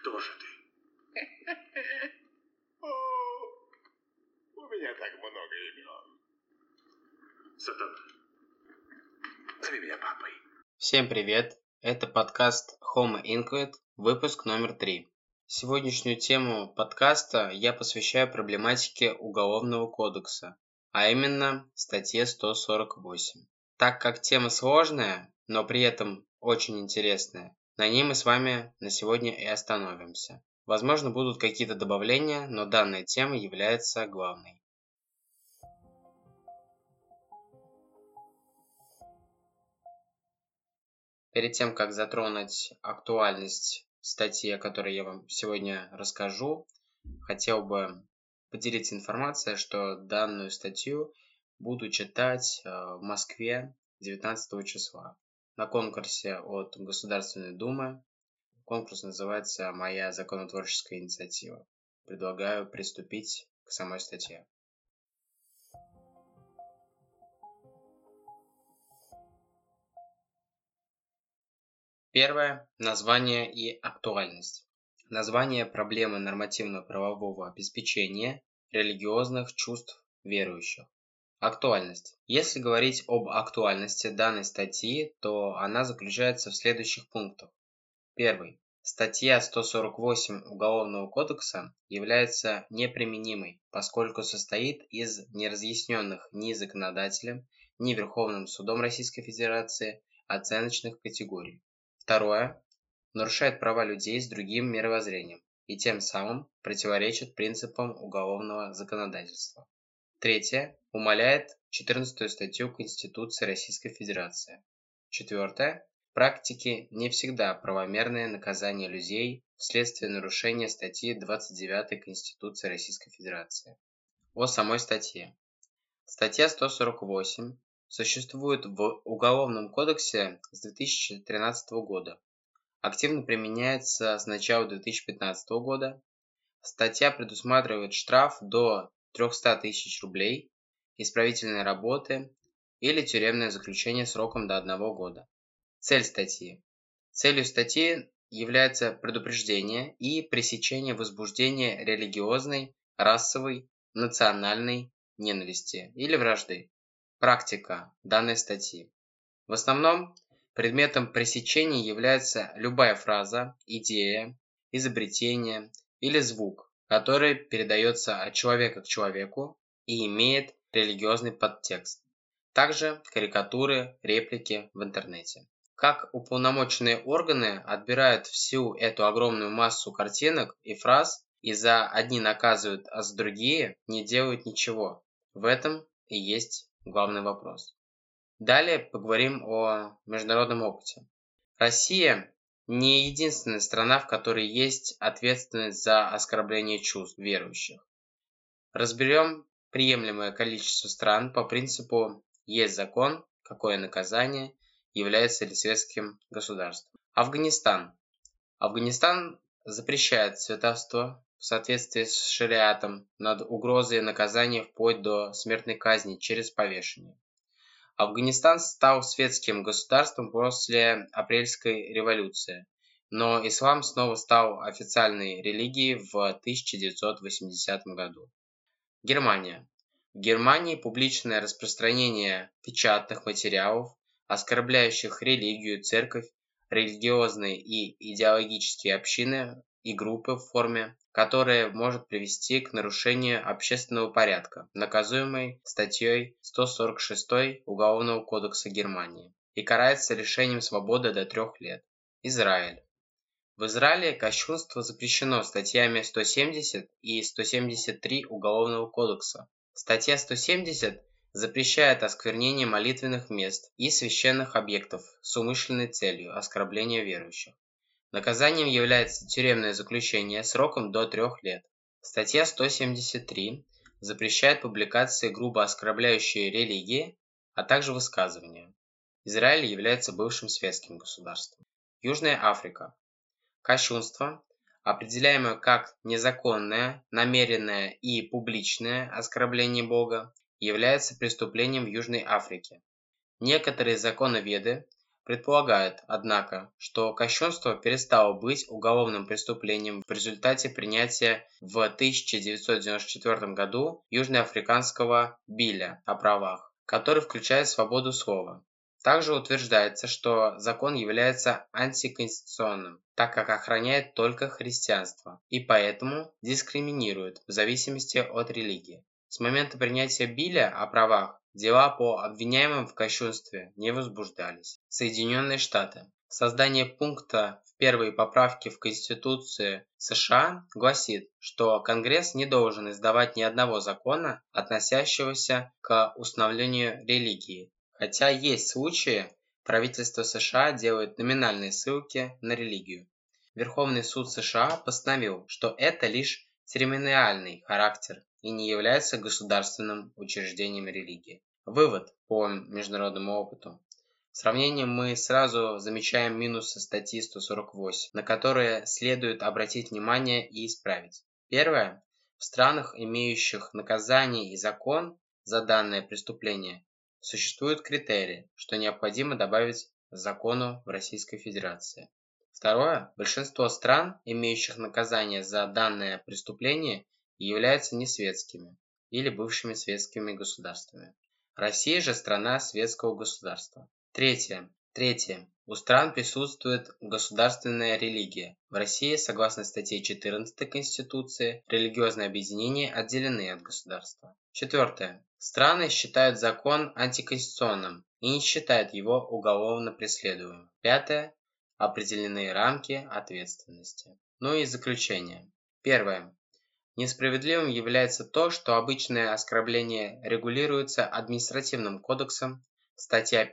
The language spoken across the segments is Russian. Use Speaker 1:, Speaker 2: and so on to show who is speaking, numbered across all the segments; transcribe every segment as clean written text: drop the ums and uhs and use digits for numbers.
Speaker 1: Кто же ты?
Speaker 2: У меня так много имен.
Speaker 1: Сатана. Зови меня папой.
Speaker 3: Всем привет! Это подкаст Homo Inquit, выпуск номер 3. Сегодняшнюю тему подкаста я посвящаю проблематике Уголовного кодекса, а именно статье 148. Так как тема сложная, но при этом очень интересная, на ней мы с вами на сегодня и остановимся. Возможно, будут какие-то добавления, но данная тема является главной. Перед тем, как затронуть актуальность статьи, о которой я вам сегодня расскажу, хотел бы поделиться информацией, что данную статью буду читать в Москве 19 числа на конкурсе от Государственной Думы. Конкурс называется «Моя законотворческая инициатива». Предлагаю приступить к самой статье. Первое. Название и актуальность. Название проблемы нормативно-правового обеспечения религиозных чувств верующих. Актуальность. Если говорить об актуальности данной статьи, то она заключается в следующих пунктах. Первый. Статья 148 Уголовного кодекса является неприменимой, поскольку состоит из неразъясненных ни законодателем, ни Верховным судом Российской Федерации оценочных категорий. Второе. Нарушает права людей с другим мировоззрением и тем самым противоречит принципам уголовного законодательства. Третье. Умаляет 14 статью Конституции Российской Федерации. Четвертое. В практике не всегда правомерное наказание людей вследствие нарушения статьи 29 Конституции Российской Федерации. О самой статье. Статья 148 существует в Уголовном кодексе с 2013 года. Активно применяется с начала 2015 года. Статья предусматривает штраф до 300 тысяч рублей, исправительной работы или тюремное заключение сроком до 1 года. Цель статьи. Целью статьи является предупреждение и пресечение возбуждения религиозной, расовой, национальной ненависти или вражды. Практика данной статьи. В основном предметом пресечения является любая фраза, идея, изобретение или звук, который передается от человека к человеку и имеет религиозный подтекст. Также карикатуры, реплики в интернете. Как уполномоченные органы отбирают всю эту огромную массу картинок и фраз и за одни наказывают, а за другие не делают ничего. В этом и есть главный вопрос. Далее поговорим о международном опыте. Россия не единственная страна, в которой есть ответственность за оскорбление чувств верующих. Разберем приемлемое количество стран по принципу «есть закон, какое наказание, является ли светским государством». Афганистан. Афганистан запрещает святотатство в соответствии с шариатом над угрозой наказания вплоть до смертной казни через повешение. Афганистан стал светским государством после Апрельской революции, но ислам снова стал официальной религией в 1980 году. Германия. В Германии публичное распространение печатных материалов, оскорбляющих религию, церковь, религиозные и идеологические общины и группы в форме, которая может привести к нарушению общественного порядка, наказуемой статьей 146 Уголовного кодекса Германии, и карается лишением свободы до 3 лет. Израиль. В Израиле кощунство запрещено статьями 170 и 173 Уголовного кодекса. Статья 170 запрещает осквернение молитвенных мест и священных объектов с умышленной целью оскорбления верующих. Наказанием является тюремное заключение сроком до 3 лет. Статья 173 запрещает публикации грубо оскорбляющие религии, а также высказывания. Израиль является бывшим светским государством. Южная Африка. Кощунство, определяемое как незаконное, намеренное и публичное оскорбление Бога, является преступлением в Южной Африке. Некоторые законоведы предполагает, однако, что кощунство перестало быть уголовным преступлением в результате принятия в 1994 году Южноафриканского Билля о правах, который включает свободу слова. Также утверждается, что закон является антиконституционным, так как охраняет только христианство и поэтому дискриминирует в зависимости от религии. С момента принятия Билля о правах дела по обвиняемым в кощунстве не возбуждались. Соединенные Штаты. Создание пункта в первой поправке в Конституции США гласит, что Конгресс не должен издавать ни одного закона, относящегося к установлению религии. Хотя есть случаи, правительство США делает номинальные ссылки на религию. Верховный суд США постановил, что это лишь церемониальный характер и не является государственным учреждением религии. Вывод по международному опыту. В сравнении мы сразу замечаем минусы статьи 148, на которые следует обратить внимание и исправить. Первое. В странах, имеющих наказание и закон за данное преступление, существуют критерии, что необходимо добавить к закону в Российской Федерации. Второе. Большинство стран, имеющих наказание за данное преступление, являются несветскими или бывшими светскими государствами. Россия же страна светского государства. Третье. У стран присутствует государственная религия. В России, согласно статье 14 Конституции, религиозные объединения отделены от государства. Четвертое. Страны считают закон антиконституционным и не считают его уголовно преследуемым. Пятое. Определены рамки ответственности. Ну и заключение. Первое. Несправедливым является то, что обычное оскорбление регулируется административным кодексом, статья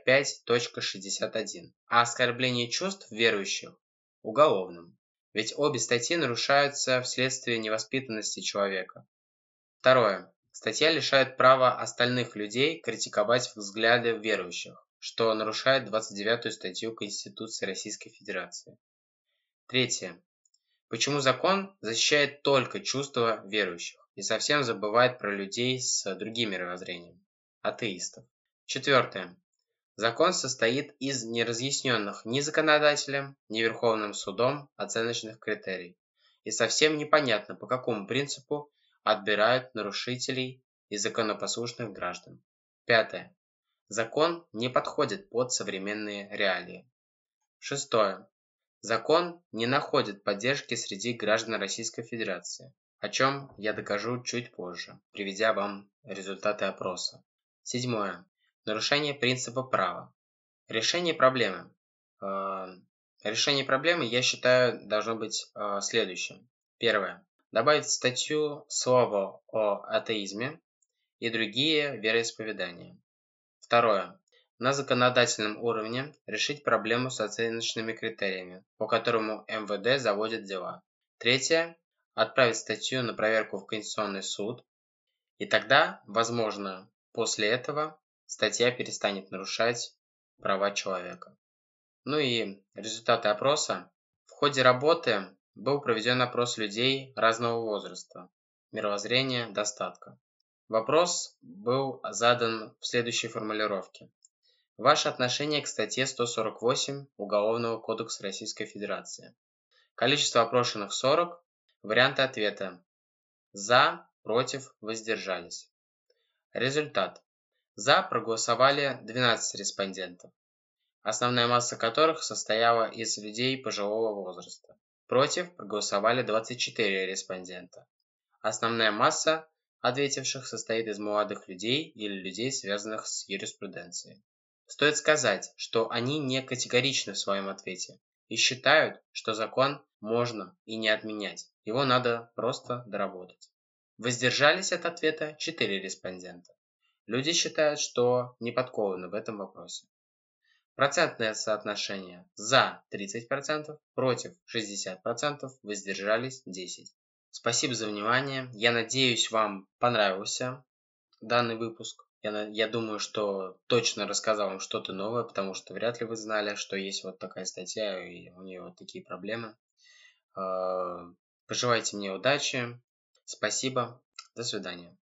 Speaker 3: 5.61, а оскорбление чувств верующих – уголовным, ведь обе статьи нарушаются вследствие невоспитанности человека. Второе. Статья лишает права остальных людей критиковать взгляды верующих, что нарушает 29-ю статью Конституции Российской Федерации. Третье. Почему закон защищает только чувства верующих и совсем забывает про людей с другим мировоззрением – атеистов? Четвертое. Закон состоит из неразъясненных ни законодателем, ни Верховным судом оценочных критерий. И совсем непонятно, по какому принципу отбирают нарушителей и законопослушных граждан. Пятое. Закон не подходит под современные реалии. Шестое. Закон не находит поддержки среди граждан Российской Федерации, о чем я докажу чуть позже, приведя вам результаты опроса. Седьмое. Нарушение принципа права. Решение проблемы. Решение проблемы, я считаю, должно быть следующим. Первое. Добавить в статью слово о атеизме и другие вероисповедания. Второе. На законодательном уровне решить проблему с оценочными критериями, по которому МВД заводит дела. Третье. Отправить статью на проверку в Конституционный суд. И тогда, возможно, после этого статья перестанет нарушать права человека. Ну и результаты опроса. В ходе работы был проведен опрос людей разного возраста, мировоззрения, достатка. Вопрос был задан в следующей формулировке. Ваше отношение к статье 148 Уголовного кодекса Российской Федерации. Количество опрошенных 40. Варианты ответа. За, против, воздержались. Результат. За проголосовали 12 респондентов, основная масса которых состояла из людей пожилого возраста. Против проголосовали 24 респондента. Основная масса ответивших состоит из молодых людей или людей, связанных с юриспруденцией. Стоит сказать, что они не категоричны в своем ответе и считают, что закон можно и не отменять, его надо просто доработать. Воздержались от ответа 4 респондента. Люди считают, что не подкованы в этом вопросе. Процентное соотношение: за 30%, против 60%, воздержались 10%. Спасибо за внимание. Я надеюсь, вам понравился данный выпуск. Я думаю, что точно рассказал вам что-то новое, потому что вряд ли вы знали, что есть вот такая статья и у нее вот такие проблемы. Пожелайте мне удачи. Спасибо. До свидания.